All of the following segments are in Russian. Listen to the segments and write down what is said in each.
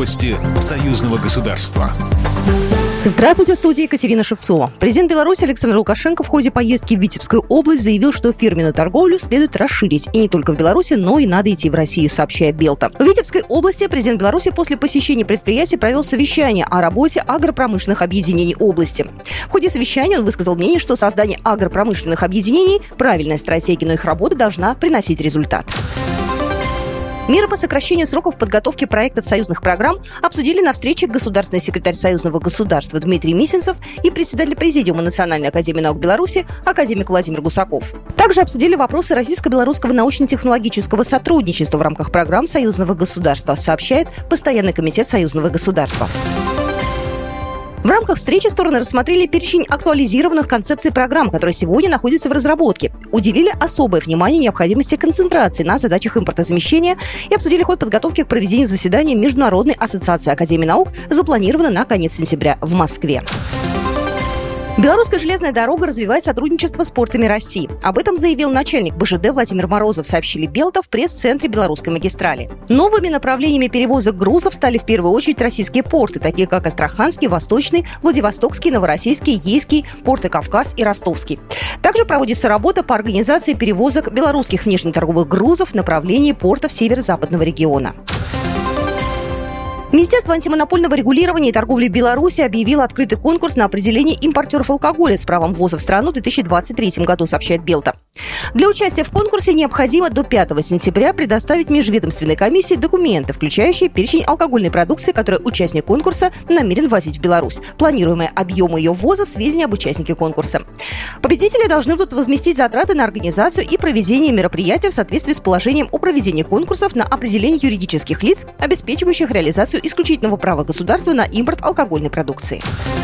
Новости союзного государства. Здравствуйте, в студии Екатерина Шевцова. Президент Беларуси Александр Лукашенко в ходе поездки в Витебскую область заявил, что фирменную торговлю следует расширить. И не только в Беларуси, но и надо идти в Россию, сообщает Белта. В Витебской области президент Беларуси после посещения предприятий провел совещание о работе агропромышленных объединений области. В ходе совещания он высказал мнение, что создание агропромышленных объединений – правильная стратегия, но их работа должна приносить результат. Меры по сокращению сроков подготовки проектов союзных программ обсудили на встрече государственный секретарь союзного государства Дмитрий Мисенцев и председатель Президиума Национальной академии наук Беларуси академик Владимир Гусаков. Также обсудили вопросы российско-белорусского научно-технологического сотрудничества в рамках программ союзного государства, сообщает Постоянный комитет союзного государства. В рамках встречи стороны рассмотрели перечень актуализированных концепций программ, которые сегодня находятся в разработке. Уделили особое внимание необходимости концентрации на задачах импортозамещения и обсудили ход подготовки к проведению заседания Международной ассоциации академий наук, запланированно на конец сентября в Москве. Белорусская железная дорога развивает сотрудничество с портами России. Об этом заявил начальник БЖД Владимир Морозов, сообщили Белта в пресс-центре Белорусской магистрали. Новыми направлениями перевозок грузов стали в первую очередь российские порты, такие как Астраханский, Восточный, Владивостокский, Новороссийский, Ейский, порты Кавказ и Ростовский. Также проводится работа по организации перевозок белорусских внешнеторговых грузов в направлении портов северо-западного региона. Министерство антимонопольного регулирования и торговли Беларуси объявило открытый конкурс на определение импортеров алкоголя с правом ввоза в страну в 2023 году, сообщает Белта. Для участия в конкурсе необходимо до 5 сентября предоставить межведомственной комиссии документы, включающие перечень алкогольной продукции, которую участник конкурса намерен ввозить в Беларусь, планируемые объемы ее ввоза, сведения об участнике конкурса. Победители должны будут возместить затраты на организацию и проведение мероприятий в соответствии с положением о проведении конкурсов на определение юридических лиц, обеспечивающих реализацию исключительного права государства на импорт алкогольной продукции.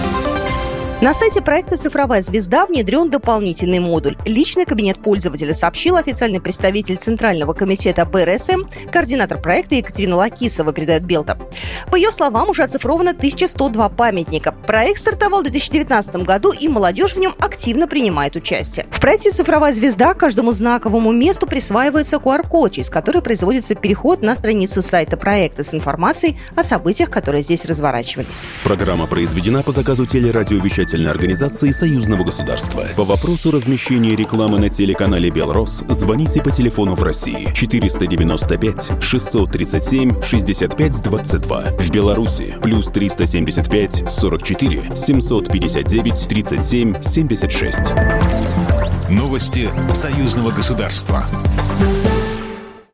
На сайте проекта «Цифровая звезда» внедрен дополнительный модуль. Личный кабинет пользователя, сообщил официальный представитель Центрального комитета БРСМ, координатор проекта Екатерина Лакисова, передает Белта. По ее словам, уже оцифровано 1102 памятника. Проект стартовал в 2019 году, и молодежь в нем активно принимает участие. В проекте «Цифровая звезда» каждому знаковому месту присваивается QR-код, через который производится переход на страницу сайта проекта с информацией о событиях, которые здесь разворачивались. Программа произведена по заказу телерадиовещательной организации союзного государства. По вопросу размещения рекламы на телеканале «Белрос» звоните по телефону в России 495 637 65 22. В Беларуси плюс 375 44 759 37 76. Новости союзного государства.